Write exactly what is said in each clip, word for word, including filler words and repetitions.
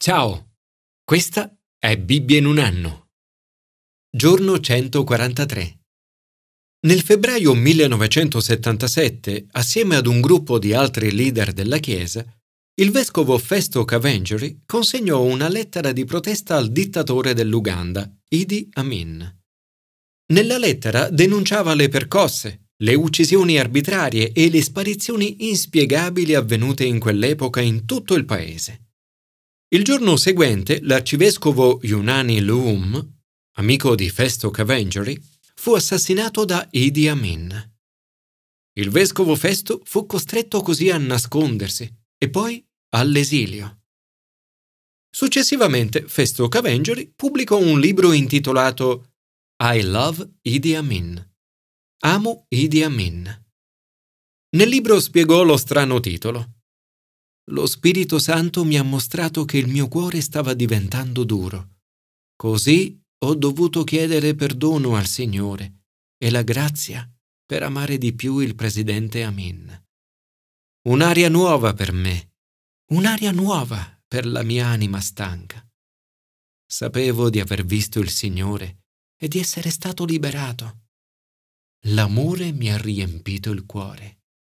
Ciao, questa è Bibbia in un anno. Giorno centoquarantatré. Nel febbraio millenovecentosettantasette, assieme ad un gruppo di altri leader della Chiesa, il vescovo Festo Cavengeri consegnò una lettera di protesta al dittatore dell'Uganda, Idi Amin. Nella lettera denunciava le percosse, le uccisioni arbitrarie e le sparizioni inspiegabili avvenute in quell'epoca in tutto il paese. Il giorno seguente l'arcivescovo Yunani Luum, amico di Festo Cavengeri, fu assassinato da Idi Amin. Il vescovo Festo fu costretto così a nascondersi e poi all'esilio. Successivamente Festo Cavengeri pubblicò un libro intitolato I Love Idi Amin. Amo Idi Amin. Nel libro spiegò lo strano titolo. Lo Spirito Santo mi ha mostrato che il mio cuore stava diventando duro. Così ho dovuto chiedere perdono al Signore e la grazia per amare di più il presidente Amin. Un'aria nuova per me, un'aria nuova per la mia anima stanca. Sapevo di aver visto il Signore e di essere stato liberato. L'amore mi ha riempito il cuore.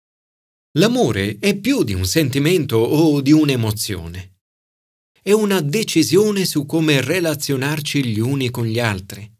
L'amore è più di un sentimento o di un'emozione. È una decisione su come relazionarci gli uni con gli altri.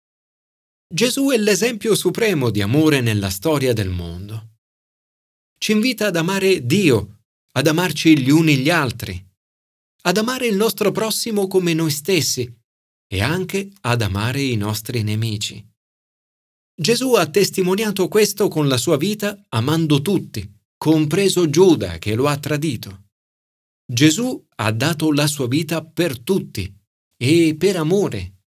Gesù è l'esempio supremo di amore nella storia del mondo. Ci invita ad amare Dio, ad amarci gli uni gli altri, ad amare il nostro prossimo come noi stessi e anche ad amare i nostri nemici. Gesù ha testimoniato questo con la sua vita amando tutti, compreso Giuda che lo ha tradito. Gesù ha dato la sua vita per tutti e per amore.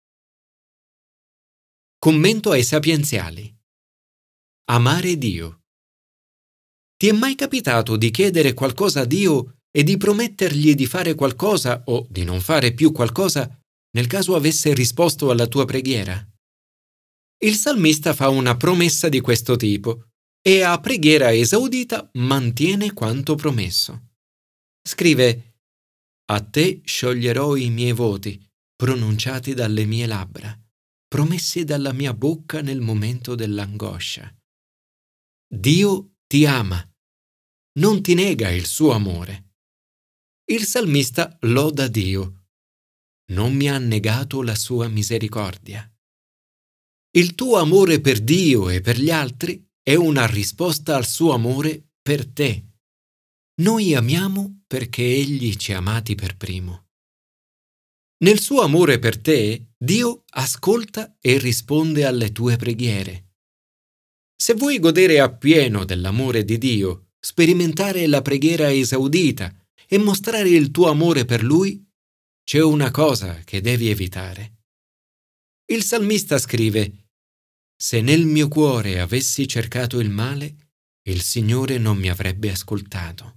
Commento ai sapienziali. Amare Dio. Ti è mai capitato di chiedere qualcosa a Dio e di promettergli di fare qualcosa o di non fare più qualcosa nel caso avesse risposto alla tua preghiera? Il salmista fa una promessa di questo tipo e a preghiera esaudita mantiene quanto promesso. Scrive: A te scioglierò i miei voti, pronunciati dalle mie labbra, promessi dalla mia bocca nel momento dell'angoscia. Dio ti ama, non ti nega il suo amore. Il salmista loda Dio. Non mi ha negato la sua misericordia. Il tuo amore per Dio e per gli altri è una risposta al suo amore per te. Noi amiamo perché Egli ci ha amati per primo. Nel suo amore per te, Dio ascolta e risponde alle tue preghiere. Se vuoi godere appieno dell'amore di Dio, sperimentare la preghiera esaudita e mostrare il tuo amore per Lui, c'è una cosa che devi evitare. Il salmista scrive: Se nel mio cuore avessi cercato il male, il Signore non mi avrebbe ascoltato.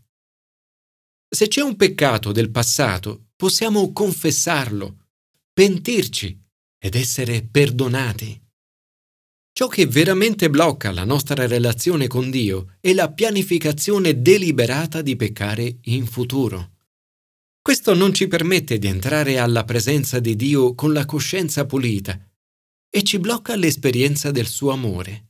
Se c'è un peccato del passato, possiamo confessarlo, pentirci ed essere perdonati. Ciò che veramente blocca la nostra relazione con Dio è la pianificazione deliberata di peccare in futuro. Questo non ci permette di entrare alla presenza di Dio con la coscienza pulita e ci blocca l'esperienza del suo amore.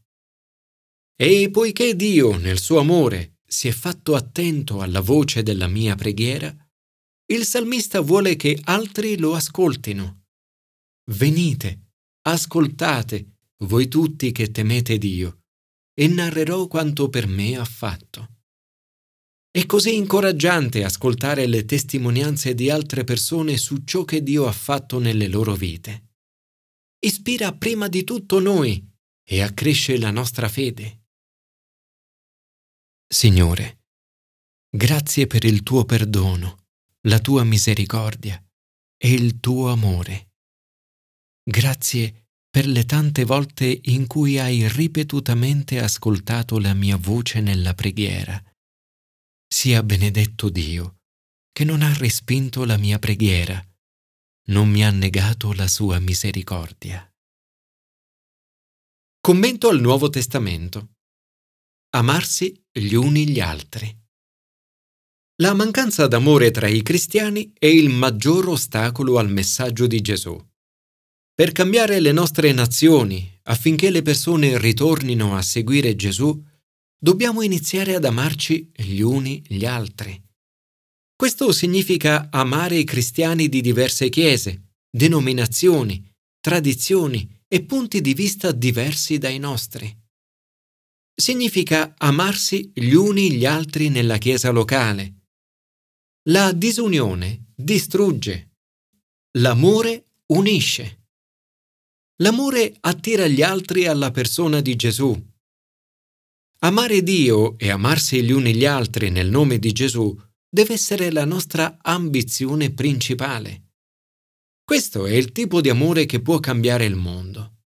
E poiché Dio, nel suo amore, si è fatto attento alla voce della mia preghiera, il salmista vuole che altri lo ascoltino. Venite, ascoltate, voi tutti che temete Dio, e narrerò quanto per me ha fatto. È così incoraggiante ascoltare le testimonianze di altre persone su ciò che Dio ha fatto nelle loro vite. Ispira prima di tutto noi e accresce la nostra fede. Signore, grazie per il tuo perdono, la tua misericordia e il tuo amore. Grazie per le tante volte in cui hai ripetutamente ascoltato la mia voce nella preghiera. Sia benedetto Dio, che non ha respinto la mia preghiera, non mi ha negato la sua misericordia. Commento al Nuovo Testamento. Amarsi gli uni gli altri. La mancanza d'amore tra i cristiani è il maggior ostacolo al messaggio di Gesù. Per cambiare le nostre nazioni, affinché le persone ritornino a seguire Gesù, dobbiamo iniziare ad amarci gli uni gli altri. Questo significa amare i cristiani di diverse chiese, denominazioni, tradizioni e punti di vista diversi dai nostri. Significa amarsi gli uni gli altri nella chiesa locale. La disunione distrugge. L'amore unisce. L'amore attira gli altri alla persona di Gesù. Amare Dio e amarsi gli uni gli altri nel nome di Gesù deve essere la nostra ambizione principale. Questo è il tipo di amore che può cambiare il mondo.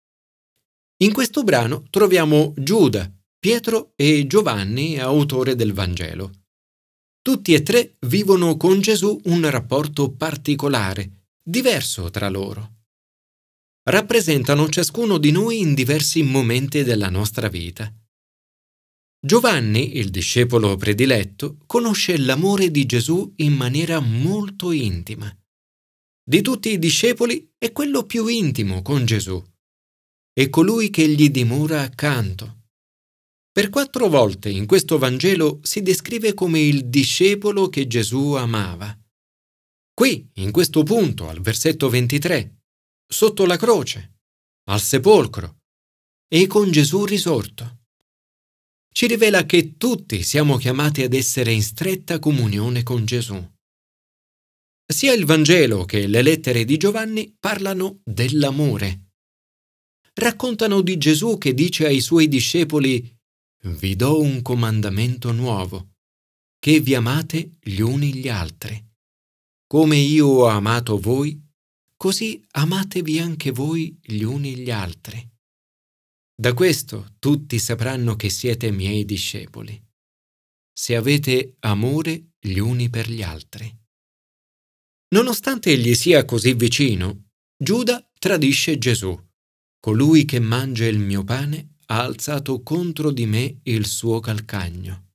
In questo brano troviamo Giuda, Pietro e Giovanni, autore del Vangelo. Tutti e tre vivono con Gesù un rapporto particolare, diverso tra loro. Rappresentano ciascuno di noi in diversi momenti della nostra vita. Giovanni, il discepolo prediletto, conosce l'amore di Gesù in maniera molto intima. Di tutti i discepoli è quello più intimo con Gesù. È colui che gli dimora accanto. Per quattro volte in questo Vangelo si descrive come il discepolo che Gesù amava. Qui, in questo punto, al versetto ventitré, sotto la croce, al sepolcro e con Gesù risorto. Ci rivela che tutti siamo chiamati ad essere in stretta comunione con Gesù. Sia il Vangelo che le lettere di Giovanni parlano dell'amore. Raccontano di Gesù che dice ai suoi discepoli: «Vi do un comandamento nuovo, che vi amate gli uni gli altri. Come io ho amato voi, così amatevi anche voi gli uni gli altri. Da questo tutti sapranno che siete miei discepoli, se avete amore gli uni per gli altri». Nonostante gli sia così vicino, Giuda tradisce Gesù. Colui che mangia il mio pane ha alzato contro di me il suo calcagno.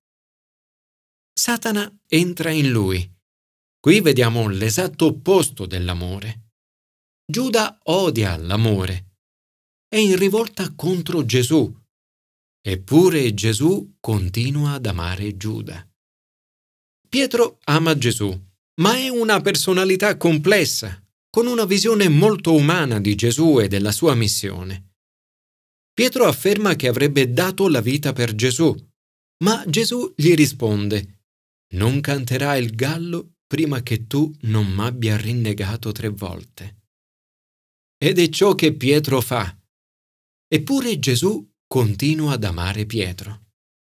Satana entra in lui. Qui vediamo l'esatto opposto dell'amore. Giuda odia l'amore. È in rivolta contro Gesù. Eppure Gesù continua ad amare Giuda. Pietro ama Gesù, ma è una personalità complessa, con una visione molto umana di Gesù e della sua missione. Pietro afferma che avrebbe dato la vita per Gesù, ma Gesù gli risponde: «Non canterà il gallo prima che tu non m'abbia rinnegato tre volte». Ed è ciò che Pietro fa. Eppure Gesù continua ad amare Pietro.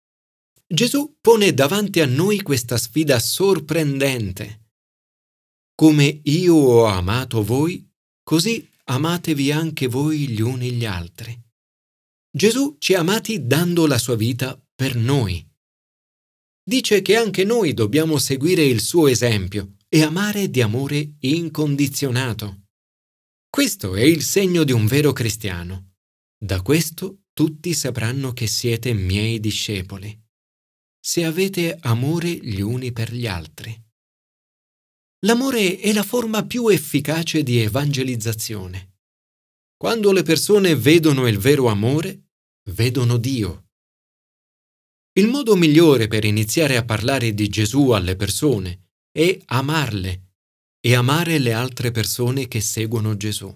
Gesù pone davanti a noi questa sfida sorprendente. Come io ho amato voi, così amatevi anche voi gli uni gli altri. Gesù ci ha amati dando la sua vita per noi. Dice che anche noi dobbiamo seguire il suo esempio e amare di amore incondizionato. Questo è il segno di un vero cristiano. Da questo tutti sapranno che siete miei discepoli, se avete amore gli uni per gli altri. L'amore è la forma più efficace di evangelizzazione. Quando le persone vedono il vero amore, vedono Dio. Il modo migliore per iniziare a parlare di Gesù alle persone è amarle e amare le altre persone che seguono Gesù.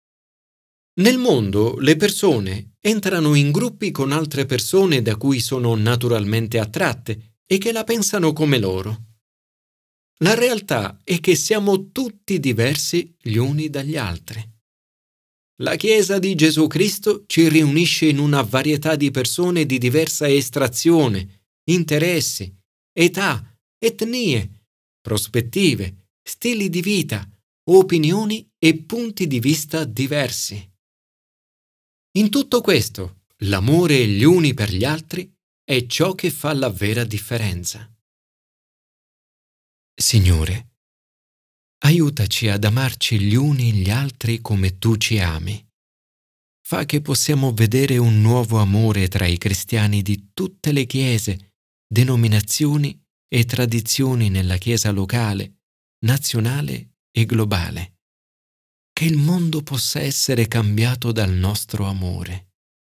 Nel mondo le persone entrano in gruppi con altre persone da cui sono naturalmente attratte e che la pensano come loro. La realtà è che siamo tutti diversi gli uni dagli altri. La Chiesa di Gesù Cristo ci riunisce in una varietà di persone di diversa estrazione, interessi, età, etnie, prospettive, stili di vita, opinioni e punti di vista diversi. In tutto questo, l'amore gli uni per gli altri è ciò che fa la vera differenza. Signore, aiutaci ad amarci gli uni gli altri come tu ci ami. Fa che possiamo vedere un nuovo amore tra i cristiani di tutte le chiese, denominazioni e tradizioni nella Chiesa locale, nazionale e globale. Che il mondo possa essere cambiato dal nostro amore.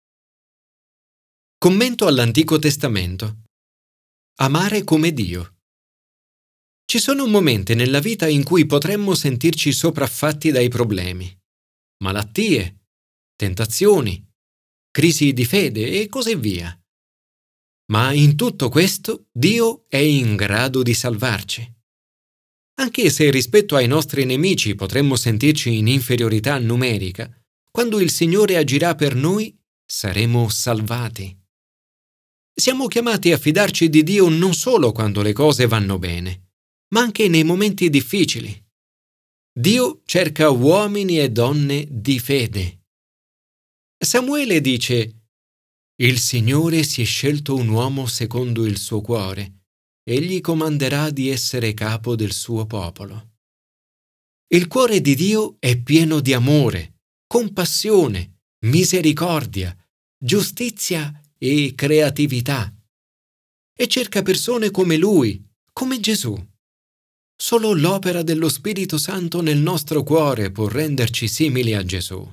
Commento all'Antico Testamento. Amare come Dio. Ci sono momenti nella vita in cui potremmo sentirci sopraffatti dai problemi, malattie, tentazioni, crisi di fede e così via. Ma in tutto questo Dio è in grado di salvarci. Anche se rispetto ai nostri nemici potremmo sentirci in inferiorità numerica, quando il Signore agirà per noi, saremo salvati. Siamo chiamati a fidarci di Dio non solo quando le cose vanno bene, ma anche nei momenti difficili. Dio cerca uomini e donne di fede. Samuele dice: «Il Signore si è scelto un uomo secondo il suo cuore, egli comanderà di essere capo del suo popolo». Il cuore di Dio è pieno di amore, compassione, misericordia, giustizia e creatività. E cerca persone come Lui, come Gesù. Solo l'opera dello Spirito Santo nel nostro cuore può renderci simili a Gesù.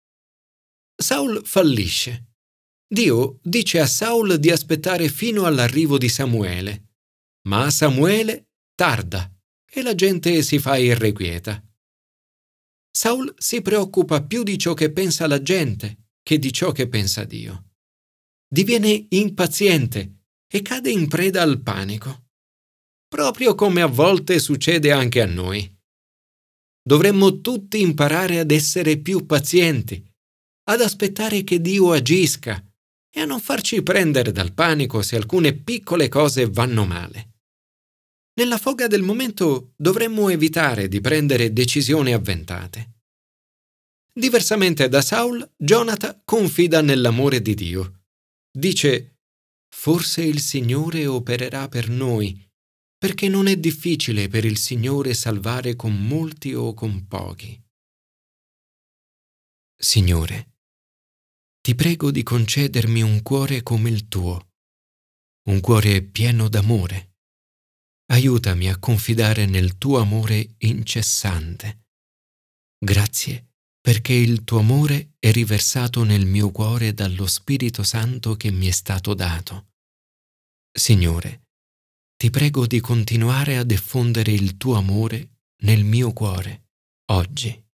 Saul fallisce. Dio dice a Saul di aspettare fino all'arrivo di Samuele, ma Samuele tarda e la gente si fa irrequieta. Saul si preoccupa più di ciò che pensa la gente che di ciò che pensa Dio. Diviene impaziente e cade in preda al panico, proprio come a volte succede anche a noi. Dovremmo tutti imparare ad essere più pazienti, ad aspettare che Dio agisca e a non farci prendere dal panico se alcune piccole cose vanno male. Nella foga del momento dovremmo evitare di prendere decisioni avventate. Diversamente da Saul, Jonathan confida nell'amore di Dio. Dice: «Forse il Signore opererà per noi, perché non è difficile per il Signore salvare con molti o con pochi». Signore, ti prego di concedermi un cuore come il tuo, un cuore pieno d'amore. Aiutami a confidare nel tuo amore incessante. Grazie perché il tuo amore è riversato nel mio cuore dallo Spirito Santo che mi è stato dato. Signore, ti prego di continuare a diffondere il tuo amore nel mio cuore, oggi.